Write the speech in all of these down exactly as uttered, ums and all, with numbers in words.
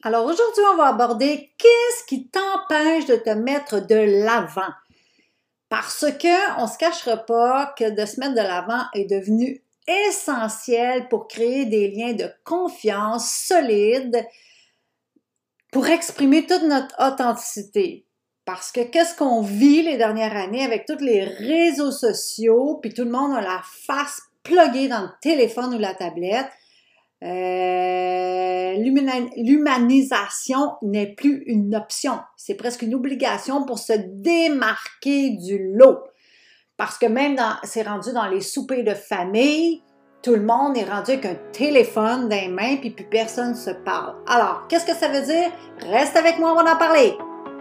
Alors aujourd'hui, on va aborder qu'est-ce qui t'empêche de te mettre de l'avant. Parce que on se cachera pas que de se mettre de l'avant est devenu essentiel pour créer des liens de confiance solides pour exprimer toute notre authenticité. Parce que qu'est-ce qu'on vit les dernières années avec tous les réseaux sociaux, puis tout le monde a la face pluguée dans le téléphone ou la tablette. Euh, l'humanisation n'est plus une option, c'est presque une obligation pour se démarquer du lot. Parce que même dans, c'est rendu dans les soupers de famille, tout le monde est rendu avec un téléphone dans les mains puis plus personne ne se parle. Alors, qu'est-ce que ça veut dire? Reste avec moi, on va en parler.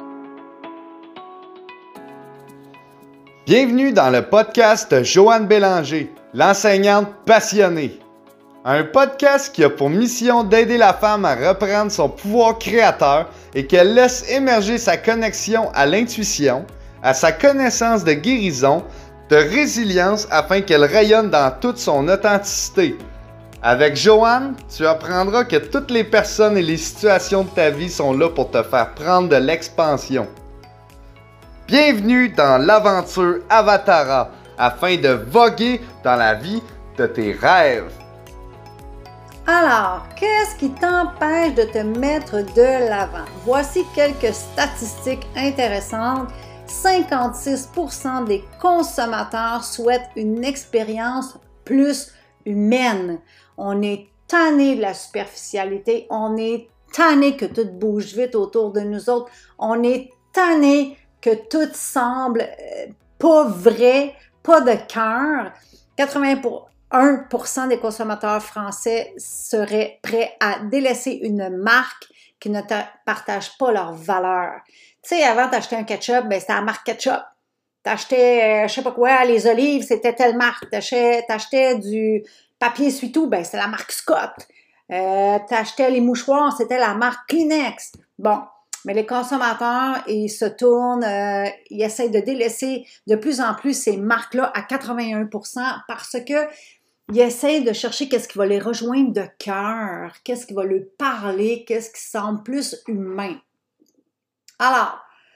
Bienvenue dans le podcast Joanne Bélanger, l'enseignante passionnée. Un podcast qui a pour mission d'aider la femme à reprendre son pouvoir créateur et qu'elle laisse émerger sa connexion à l'intuition, à sa connaissance de guérison, de résilience afin qu'elle rayonne dans toute son authenticité. Avec Joanne, tu apprendras que toutes les personnes et les situations de ta vie sont là pour te faire prendre de l'expansion. Bienvenue dans l'aventure Avatara afin de voguer dans la vie de tes rêves. Alors, qu'est-ce qui t'empêche de te mettre de l'avant? Voici quelques statistiques intéressantes. cinquante-six pour cent des consommateurs souhaitent une expérience plus humaine. On est tanné de la superficialité, on est tanné que tout bouge vite autour de nous autres, on est tanné que tout semble euh, pas vrai, pas de cœur. quatre-vingts pour cent un pour cent des consommateurs français seraient prêts à délaisser une marque qui ne partage pas leurs valeurs. Tu sais, avant, t'achetais un ketchup, ben c'était la marque ketchup. T'achetais, euh, je sais pas quoi, les olives, c'était telle marque. T'achetais, t'achetais du papier essuie-tout, ben c'était la marque Scott. Euh, t'achetais les mouchoirs, c'était la marque Kleenex. Bon, mais les consommateurs, ils se tournent, euh, ils essayent de délaisser de plus en plus ces marques-là à quatre-vingt-un pour cent parce que ils essayent de chercher qu'est-ce qui va les rejoindre de cœur, qu'est-ce qui va leur parler, qu'est-ce qui semble plus humain. Alors,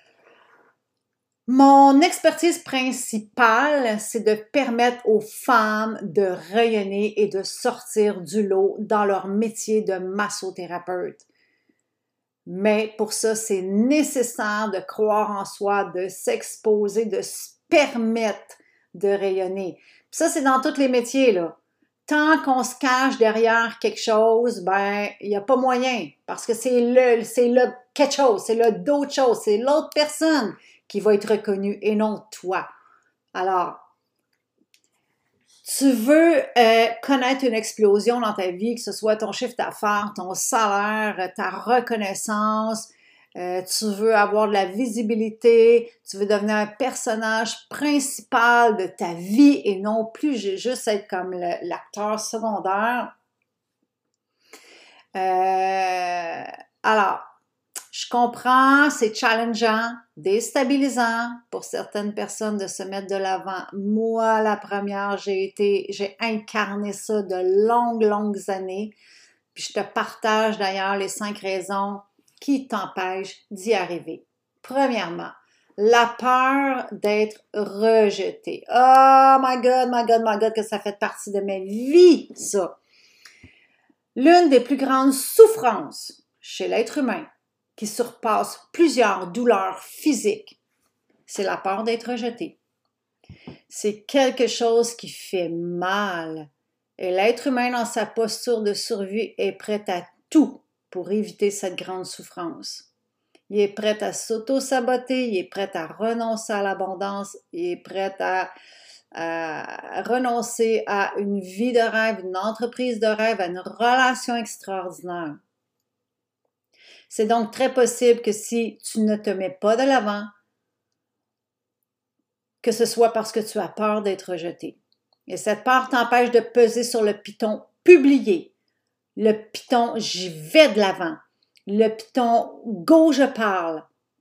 mon expertise principale, c'est de permettre aux femmes de rayonner et de sortir du lot dans leur métier de massothérapeute. Mais pour ça, c'est nécessaire de croire en soi, de s'exposer, de se permettre de rayonner. Puis ça, c'est dans tous les métiers, là. Tant qu'on se cache derrière quelque chose, ben, il n'y a pas moyen. Parce que c'est le, c'est le quelque chose, c'est le d'autre chose, c'est l'autre personne qui va être reconnue et non toi. Alors, tu veux euh, connaître une explosion dans ta vie, que ce soit ton chiffre d'affaires, ton salaire, ta reconnaissance, euh, tu veux avoir de la visibilité, tu veux devenir un personnage principal de ta vie et non plus juste être comme le, l'acteur secondaire. Euh, alors, je comprends, c'est challengeant, déstabilisant pour certaines personnes de se mettre de l'avant. Moi, la première, j'ai été, j'ai incarné ça de longues, longues années. Puis je te partage d'ailleurs les cinq raisons qui t'empêchent d'y arriver. Premièrement, la peur d'être rejeté. Oh my God, my God, my God, que ça fait partie de ma vie, ça. L'une des plus grandes souffrances chez l'être humain qui surpasse plusieurs douleurs physiques, c'est la peur d'être rejeté. C'est quelque chose qui fait mal. Et l'être humain, dans sa posture de survie, est prêt à tout pour éviter cette grande souffrance. Il est prêt à s'auto-saboter, il est prêt à renoncer à l'abondance, il est prêt à, à renoncer à une vie de rêve, une entreprise de rêve, à une relation extraordinaire. C'est donc très possible que si tu ne te mets pas de l'avant, que ce soit parce que tu as peur d'être rejeté. Et cette peur t'empêche de peser sur le piton publier. Le piton j'y vais de l'avant. Le piton go je parle.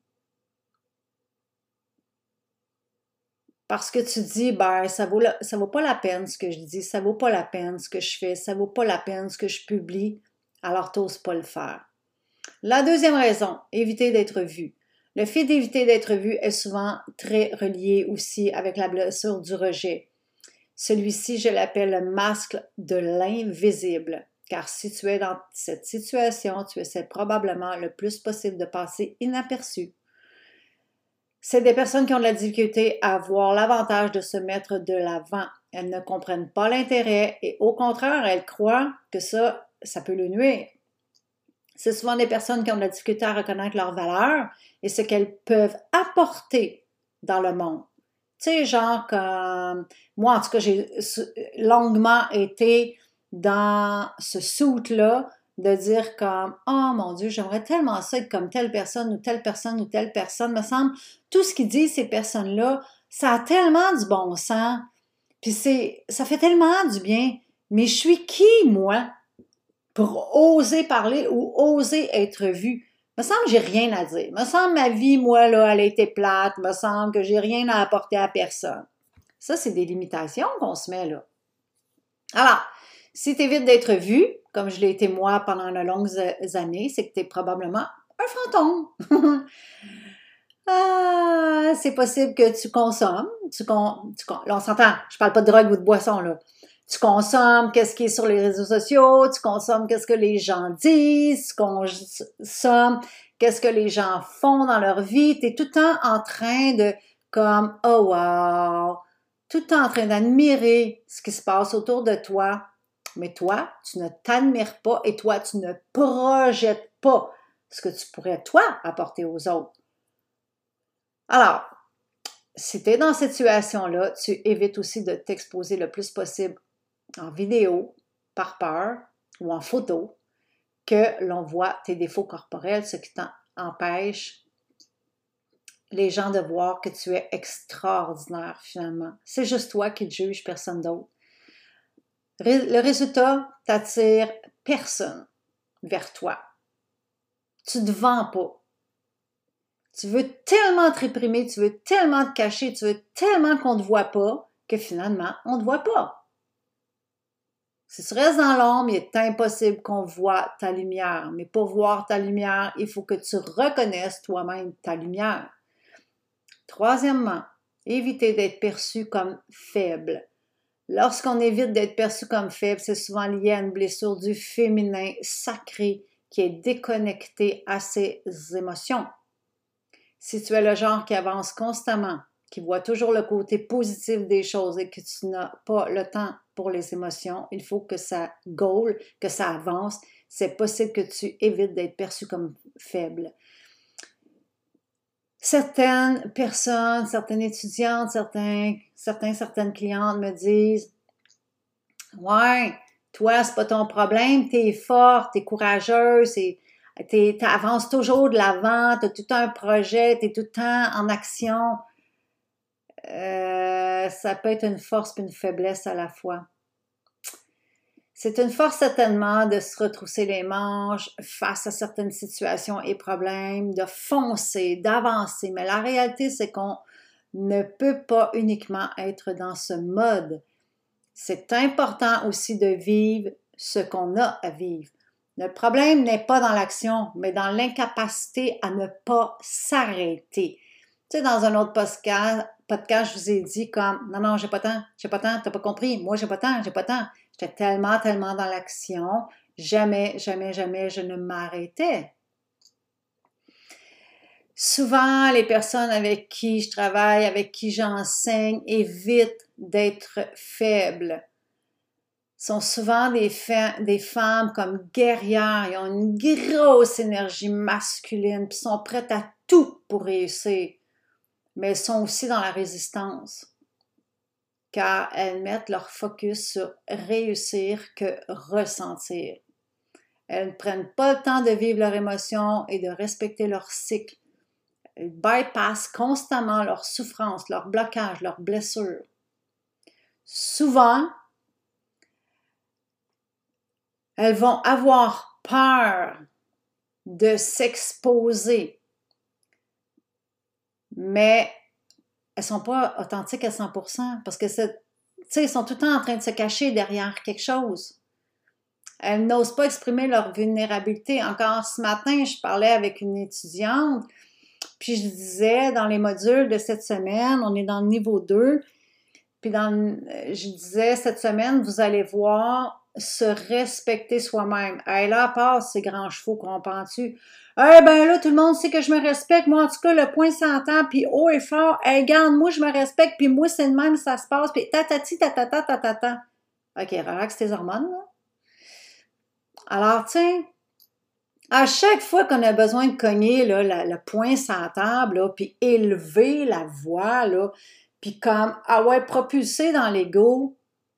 Parce que tu dis, ben, ça vaut, la, ça vaut pas la peine ce que je dis, ça vaut pas la peine ce que je fais, ça vaut pas la peine ce que je publie, alors t'oses pas le faire. La deuxième raison, éviter d'être vu. Le fait d'éviter d'être vu est souvent très relié aussi avec la blessure du rejet. Celui-ci, je l'appelle le masque de l'invisible, car si tu es dans cette situation, tu essaies probablement le plus possible de passer inaperçu. C'est des personnes qui ont de la difficulté à voir l'avantage de se mettre de l'avant. Elles ne comprennent pas l'intérêt et au contraire, elles croient que ça, ça peut le nuire. C'est souvent des personnes qui ont de la difficulté à reconnaître leur valeur et ce qu'elles peuvent apporter dans le monde. Tu sais, genre comme moi, en tout cas, j'ai longuement été dans ce suit-là de dire comme « Oh mon Dieu, j'aimerais tellement ça être comme telle personne ou telle personne ou telle personne. » Me semble, tout ce qu'ils disent, ces personnes-là, ça a tellement du bon sens. Puis c'est, ça fait tellement du bien. Mais je suis qui, moi, pour oser parler ou oser être vue? Me semble que j'ai rien à dire. Me semble ma vie, moi, là, elle a été plate. Me semble que j'ai rien à apporter à personne. Ça, c'est des limitations qu'on se met là. Alors, si tu évites d'être vu, comme je l'ai été moi pendant de longues années, c'est que tu es probablement un fantôme. Ah, c'est possible que tu consommes. Tu con, tu con, là, on s'entend. Je parle pas de drogue ou de boisson, là. Tu consommes qu'est-ce qui est sur les réseaux sociaux, tu consommes qu'est-ce que les gens disent, tu consommes qu'est-ce que les gens font dans leur vie. Tu es tout le temps en train de, comme, oh wow, tout le temps en train d'admirer ce qui se passe autour de toi. Mais toi, tu ne t'admires pas et toi, tu ne projettes pas ce que tu pourrais, toi, apporter aux autres. Alors, si tu es dans cette situation-là, tu évites aussi de t'exposer le plus possible en vidéo, par peur, ou en photo, que l'on voit tes défauts corporels, ce qui t'empêche les gens de voir que tu es extraordinaire finalement. C'est juste toi qui te juges, personne d'autre. Le résultat t'attire personne vers toi. Tu ne te vends pas. Tu veux tellement te réprimer, tu veux tellement te cacher, tu veux tellement qu'on ne te voit pas que finalement, on ne te voit pas. Si tu restes dans l'ombre, il est impossible qu'on voit ta lumière. Mais pour voir ta lumière, il faut que tu reconnaisses toi-même ta lumière. Troisièmement, éviter d'être perçu comme faible. Lorsqu'on évite d'être perçu comme faible, c'est souvent lié à une blessure du féminin sacré qui est déconnecté à ses émotions. Si tu es le genre qui avance constamment, qui voit toujours le côté positif des choses et que tu n'as pas le temps pour les émotions, il faut que ça goal, que ça avance. C'est possible que tu évites d'être perçu comme faible. Certaines personnes, certaines étudiantes, certains, certains, certaines clientes me disent « Ouais, toi, c'est pas ton problème, t'es forte, t'es courageuse, tu avances toujours de l'avant, t'as tout un projet, t'es tout le temps en action. » Euh, ça peut être une force et une faiblesse à la fois. C'est une force certainement de se retrousser les manches face à certaines situations et problèmes, de foncer, d'avancer. Mais la réalité, c'est qu'on ne peut pas uniquement être dans ce mode. C'est important aussi de vivre ce qu'on a à vivre. Le problème n'est pas dans l'action, mais dans l'incapacité à ne pas s'arrêter. Tu sais, dans un autre podcast, podcast, je vous ai dit comme « Non, non, j'ai pas tant, j'ai pas tant, t'as pas compris, moi j'ai pas tant, j'ai pas tant. » J'étais tellement, tellement dans l'action, jamais, jamais, jamais je ne m'arrêtais. Souvent, les personnes avec qui je travaille, avec qui j'enseigne, évitent d'être faibles. Sont souvent des, fa- des femmes comme guerrières, ils ont une grosse énergie masculine, puis sont prêtes à tout pour réussir. Mais elles sont aussi dans la résistance, car elles mettent leur focus sur réussir que ressentir. Elles ne prennent pas le temps de vivre leurs émotions et de respecter leur cycle. Elles bypassent constamment leurs souffrances, leurs blocages, leurs blessures. Souvent, elles vont avoir peur de s'exposer, mais elles ne sont pas authentiques à cent pour cent parce que elles sont tout le temps en train de se cacher derrière quelque chose. elles n'osent pas exprimer leur vulnérabilité. Encore ce matin, je parlais avec une étudiante, puis je disais dans les modules de cette semaine, on est dans le niveau deux, puis dans le, je disais cette semaine, vous allez voir se respecter soi-même. Hey, là, à part ces grands chevaux, comprends-tu? Eh ben là, tout le monde sait que je me respecte. Moi, en tout cas, le point s'entend, puis haut et fort. Hey, regarde, moi, je me respecte, puis moi, c'est le même, ça se passe, puis tatati, tatata, tatata. OK, relaxe tes hormones, là. Alors, tu sais, à chaque fois qu'on a besoin de cogner là, la, le poing sur la table, là, puis élever la voix, là, puis comme, ah ouais, propulser dans l'ego,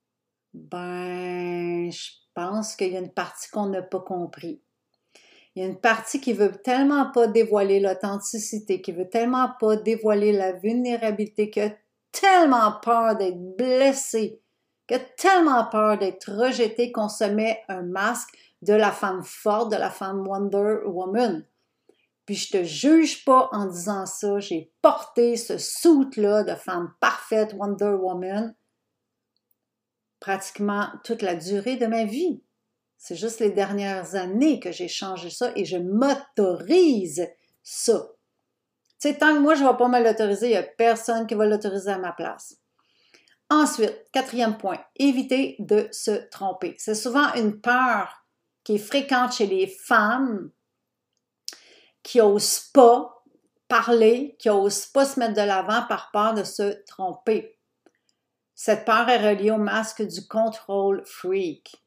ben, je pense qu'il y a une partie qu'on n'a pas compris. Il y a une partie qui veut tellement pas dévoiler l'authenticité, qui veut tellement pas dévoiler la vulnérabilité, qui a tellement peur d'être blessé, qui a tellement peur d'être rejeté qu'on se met un masque de la femme forte, de la femme Wonder Woman. Puis je te juge pas en disant ça, j'ai porté ce suit-là de femme parfaite Wonder Woman pratiquement toute la durée de ma vie. C'est juste les dernières années que j'ai changé ça et je m'autorise ça. Tu sais, tant que moi, je ne vais pas me l'autoriser, il n'y a personne qui va l'autoriser à ma place. Ensuite, quatrième point, éviter de se tromper. C'est souvent une peur qui est fréquente chez les femmes qui n'osent pas parler, qui n'osent pas se mettre de l'avant par peur de se tromper. Cette peur est reliée au masque du control freak.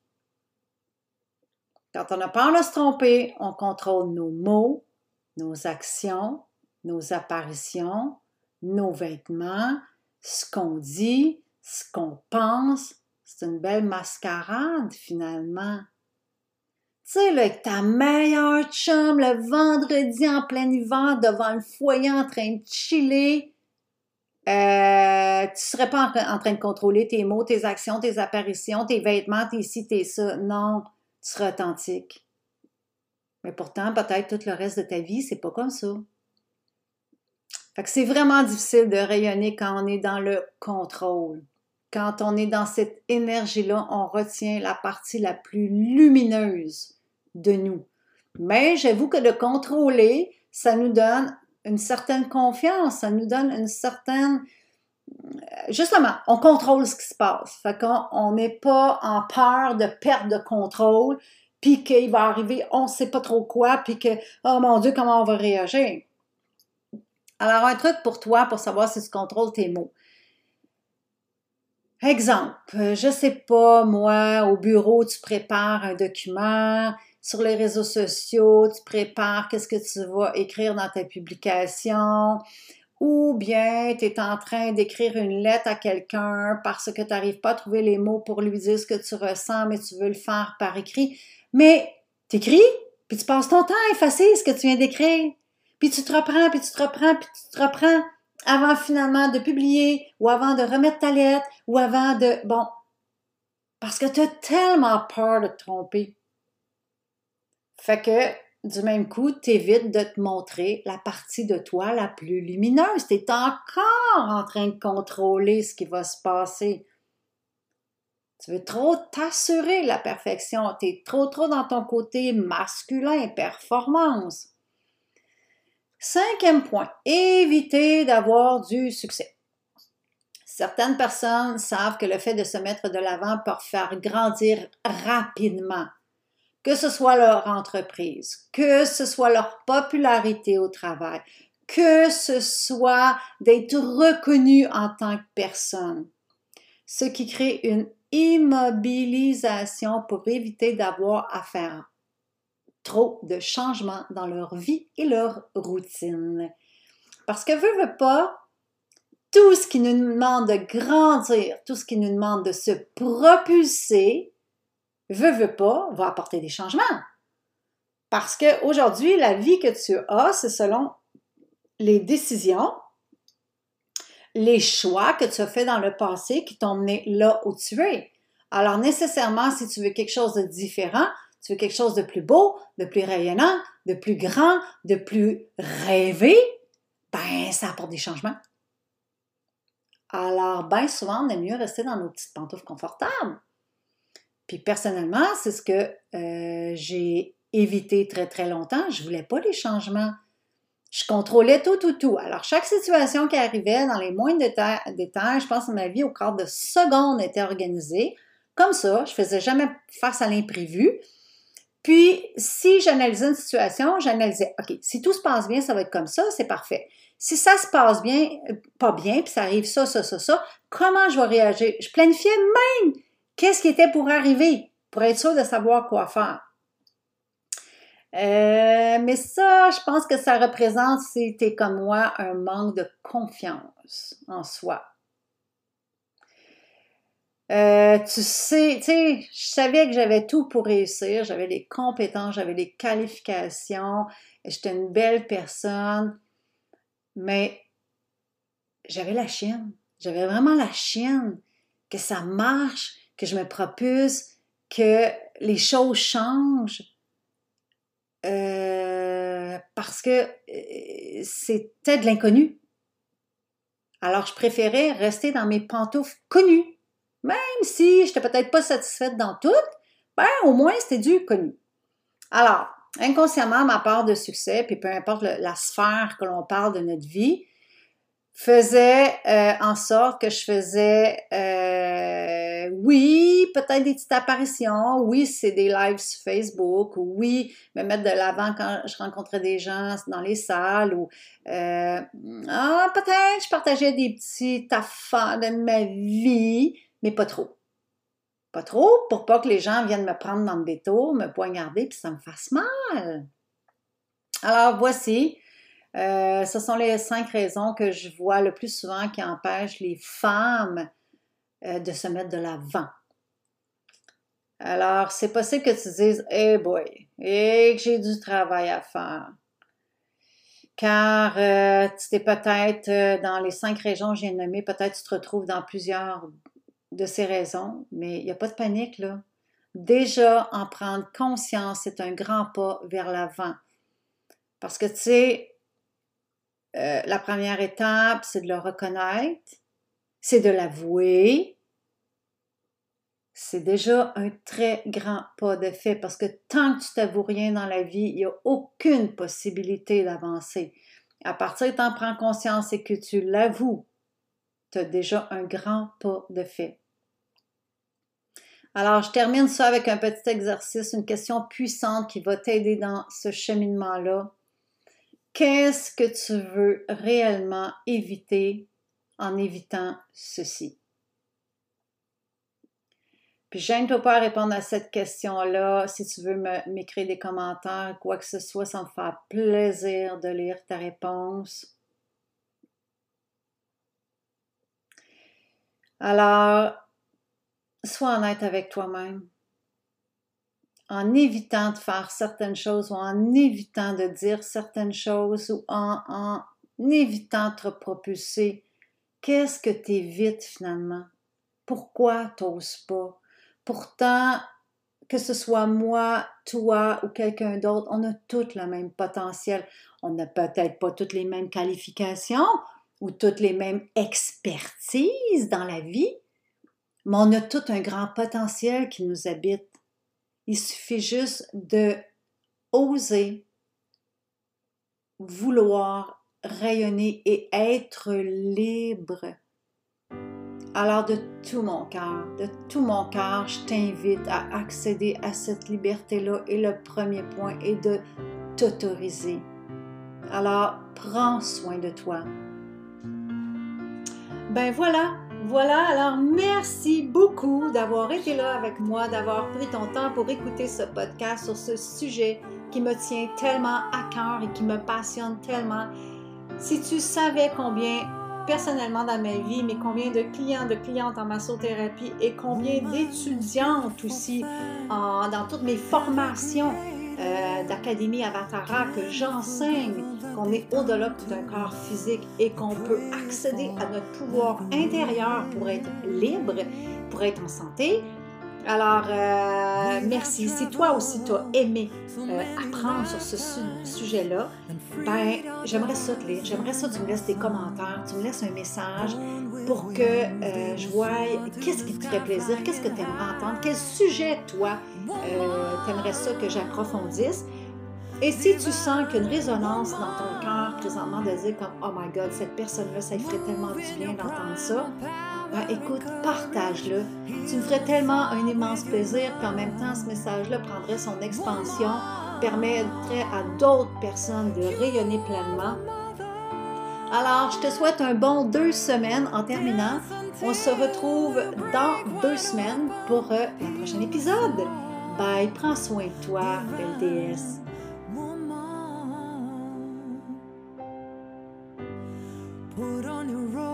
Quand on a peur de se tromper, on contrôle nos mots, nos actions, nos apparitions, nos vêtements, ce qu'on dit, ce qu'on pense. C'est une belle mascarade, finalement. Tu sais, là, avec ta meilleure chum, le vendredi en plein hiver, devant le foyer en train de chiller, euh, tu serais pas en, en train de contrôler tes mots, tes actions, tes apparitions, tes vêtements, tes ci, tes ça. Non. Tu seras authentique. Mais pourtant, peut-être tout le reste de ta vie, c'est pas comme ça. Fait que c'est vraiment difficile de rayonner quand on est dans le contrôle. Quand on est dans cette énergie-là, on retient la partie la plus lumineuse de nous. Mais j'avoue que de contrôler, ça nous donne une certaine confiance, ça nous donne une certaine... Justement, on contrôle ce qui se passe. Fait qu'on n'est pas en peur de perte de contrôle, puis qu'il va arriver on ne sait pas trop quoi, puis que, oh mon Dieu, comment on va réagir. Alors, un truc pour toi, pour savoir si tu contrôles tes mots. Exemple, je sais pas, moi, au bureau, tu prépares un document, sur les réseaux sociaux, tu prépares qu'est-ce que tu vas écrire dans ta publication, ou bien tu es en train d'écrire une lettre à quelqu'un parce que tu n'arrives pas à trouver les mots pour lui dire ce que tu ressens, mais tu veux le faire par écrit. Mais tu écris, puis tu passes ton temps à effacer ce que tu viens d'écrire. Puis tu te reprends, puis tu te reprends, puis tu te reprends avant finalement de publier, ou avant de remettre ta lettre, ou avant de... Bon, parce que tu as tellement peur de te tromper. Fait que... Du même coup, tu évites de te montrer la partie de toi la plus lumineuse. Tu es encore en train de contrôler ce qui va se passer. Tu veux trop t'assurer de la perfection. Tu es trop, trop dans ton côté masculin, performance. Cinquième point, éviter d'avoir du succès. Certaines personnes savent que le fait de se mettre de l'avant peut faire grandir rapidement. Que ce soit leur entreprise, que ce soit leur popularité au travail, que ce soit d'être reconnu en tant que personne. Ce qui crée une immobilisation pour éviter d'avoir à faire trop de changements dans leur vie et leur routine. Parce que veut, veut pas, tout ce qui nous demande de grandir, tout ce qui nous demande de se propulser, veut, veut pas, va apporter des changements. Parce qu'aujourd'hui, la vie que tu as, c'est selon les décisions, les choix que tu as faits dans le passé qui t'ont mené là où tu es. Alors, nécessairement, si tu veux quelque chose de différent, tu veux quelque chose de plus beau, de plus rayonnant, de plus grand, de plus rêvé, ben, ça apporte des changements. Alors, bien souvent, on aime mieux rester dans nos petites pantoufles confortables. Puis personnellement, c'est ce que euh, j'ai évité très, très longtemps. Je ne voulais pas les changements. Je contrôlais tout, tout, tout. Alors, chaque situation qui arrivait dans les moindres détails, détails je pense que ma vie au quart de seconde était organisée. Comme ça, je ne faisais jamais face à l'imprévu. Puis, si j'analysais une situation, j'analysais, OK, si tout se passe bien, ça va être comme ça, c'est parfait. Si ça se passe bien, pas bien, puis ça arrive ça, ça, ça, ça, comment je vais réagir? Je planifiais même qu'est-ce qui était pour arriver, pour être sûr de savoir quoi faire. Euh, mais ça, je pense que ça représente, si t'es comme moi, un manque de confiance en soi. Euh, tu sais, tu sais, je savais que j'avais tout pour réussir, j'avais les compétences, j'avais les qualifications, j'étais une belle personne, mais j'avais la chienne, j'avais vraiment la chienne, que ça marche, que je me propulse, que les choses changent, euh, parce que euh, c'était de l'inconnu. Alors, je préférais rester dans mes pantoufles connues. Même si je n'étais peut-être pas satisfaite dans tout, ben au moins c'était du connu. Alors, inconsciemment, ma part de succès, puis peu importe le, la sphère que l'on parle de notre vie, faisait euh, en sorte que je faisais, euh, oui, peut-être des petites apparitions, oui, c'est des lives sur Facebook, ou oui, me mettre de l'avant quand je rencontrais des gens dans les salles, ou euh, ah, peut-être je partageais des petites affaires de ma vie, mais pas trop. Pas trop, pour pas que les gens viennent me prendre dans le détour, me poignarder, puis ça me fasse mal. Alors, voici. Euh, ce sont les cinq raisons que je vois le plus souvent qui empêchent les femmes euh, de se mettre de l'avant. Alors, c'est possible que tu dises « Hey boy, et que j'ai du travail à faire. » Car euh, tu t'es peut-être, euh, dans les cinq raisons que j'ai nommées, peut-être tu te retrouves dans plusieurs de ces raisons, mais il n'y a pas de panique, là. Déjà, en prendre conscience, c'est un grand pas vers l'avant. Parce que, tu sais, Euh, la première étape, c'est de le reconnaître, c'est de l'avouer. C'est déjà un très grand pas de fait parce que tant que tu t'avoues rien dans la vie, il n'y a aucune possibilité d'avancer. À partir que tu en prends conscience et que tu l'avoues, tu as déjà un grand pas de fait. Alors, je termine ça avec un petit exercice, une question puissante qui va t'aider dans ce cheminement-là. Qu'est-ce que tu veux réellement éviter en évitant ceci? Puis, gêne-toi pas à répondre à cette question-là. Si tu veux m'écrire des commentaires, quoi que ce soit, ça me fait plaisir de lire ta réponse. Alors, sois honnête avec toi-même. En évitant de faire certaines choses ou en évitant de dire certaines choses ou en, en évitant de te propulser, qu'est-ce que tu évites finalement? Pourquoi tu n'oses pas? Pourtant, que ce soit moi, toi ou quelqu'un d'autre, on a tous le même potentiel. On n'a peut-être pas toutes les mêmes qualifications ou toutes les mêmes expertises dans la vie, mais on a tout un grand potentiel qui nous habite. Il suffit juste de oser, vouloir rayonner et être libre. Alors de tout mon cœur, de tout mon cœur, je t'invite à accéder à cette liberté-là et le premier point est de t'autoriser. Alors, prends soin de toi. Ben voilà, voilà. Alors, merci beaucoup d'avoir été là avec moi, d'avoir pris ton temps pour écouter ce podcast sur ce sujet qui me tient tellement à cœur et qui me passionne tellement. Si tu savais combien personnellement dans ma vie, mais combien de clients, de clientes en massothérapie et combien d'étudiantes aussi en, dans toutes mes formations euh, d'Académie Avatara que j'enseigne, qu'on est au-delà d'un corps physique et qu'on peut accéder à notre pouvoir intérieur pour être libre, pour être en santé. Alors, euh, merci. Si toi aussi tu as aimé euh, apprendre sur ce su- sujet-là, ben, j'aimerais ça te lire. J'aimerais ça que tu me laisses des commentaires, tu me laisses un message pour que euh, je voie qu'est-ce qui te ferait plaisir, qu'est-ce que tu aimerais entendre, quel sujet, toi, euh, tu aimerais ça que j'approfondisse. Et si tu sens qu'il y a une résonance dans ton cœur présentement de dire comme « Oh my God, cette personne-là, ça lui ferait tellement du bien d'entendre ça », ben écoute, partage-le. Tu me ferais tellement un immense plaisir, puis en même temps, ce message-là prendrait son expansion, permettrait à d'autres personnes de rayonner pleinement. Alors, je te souhaite un bon deux semaines en terminant. On se retrouve dans deux semaines pour euh, le prochain épisode. Bye, prends soin de toi, belle déesse. Put on your robe.